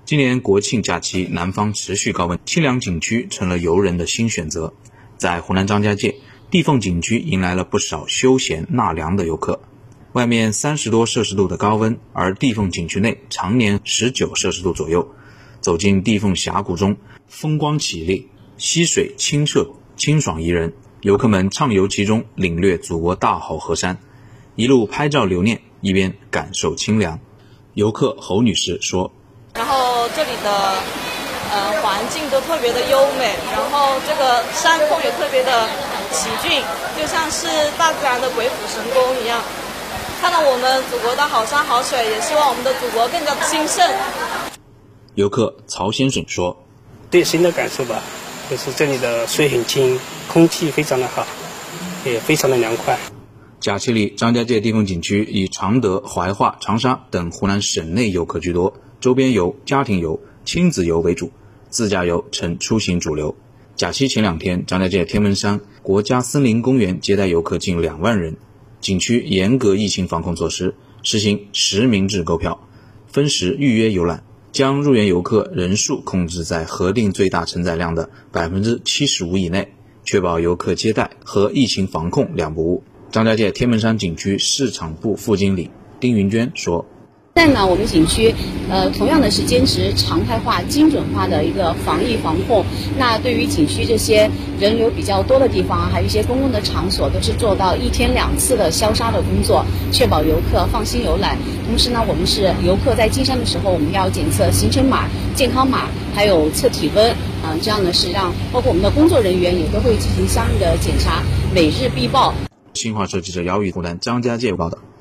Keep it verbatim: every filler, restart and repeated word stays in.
今年国庆假期，南方持续高温，清凉景区成了游人的新选择。在湖南张家界，地凤景区迎来了不少休闲纳凉的游客。外面三十多摄氏度的高温，而地凤景区内常年十九摄氏度左右。走进地凤峡谷中，风光绮丽，溪水清澈清爽宜人，游客们畅游其中，领略祖国大好河山，一路拍照留念，一边感受清凉。游客侯女士说， 然后这里的呃环境都特别的优美，然后这个山峰也特别的奇峻，就像是大自然的鬼斧神工一样。看到我们祖国的好山好水，也希望我们的祖国更加兴盛。 游客曹先生说， 对新的感受吧，就是这里的水很清，空气非常的好，也非常的凉快。 假期里，张家界地凤景区以常德、怀化、长沙等湖南省内游客居多，周边游、家庭游、亲子游为主，自驾游成出行主流。假期前两天，张家界天门山国家森林公园接待游客近两万人，景区严格疫情防控措施，实行实名制购票，分时预约游览，将入园游客人数控制在核定最大承载量的 百分之七十五 以内，确保游客接待和疫情防控两不误。张家界天门山景区市场部副经理丁云娟说， 现在呢，我们景区呃同样的是坚持常态化、精准化的一个防疫防控。那对于景区这些人流比较多的地方啊，还有一些公共的场所，都是做到一天两次的消杀的工作，确保游客放心游览。同时呢，我们是游客在进山的时候，我们要检测行程码、健康码，还有测体温啊、呃，这样呢是让包括我们的工作人员也都会进行相应的检查，每日必报。 新华社记者姚宇湖南张家界报道。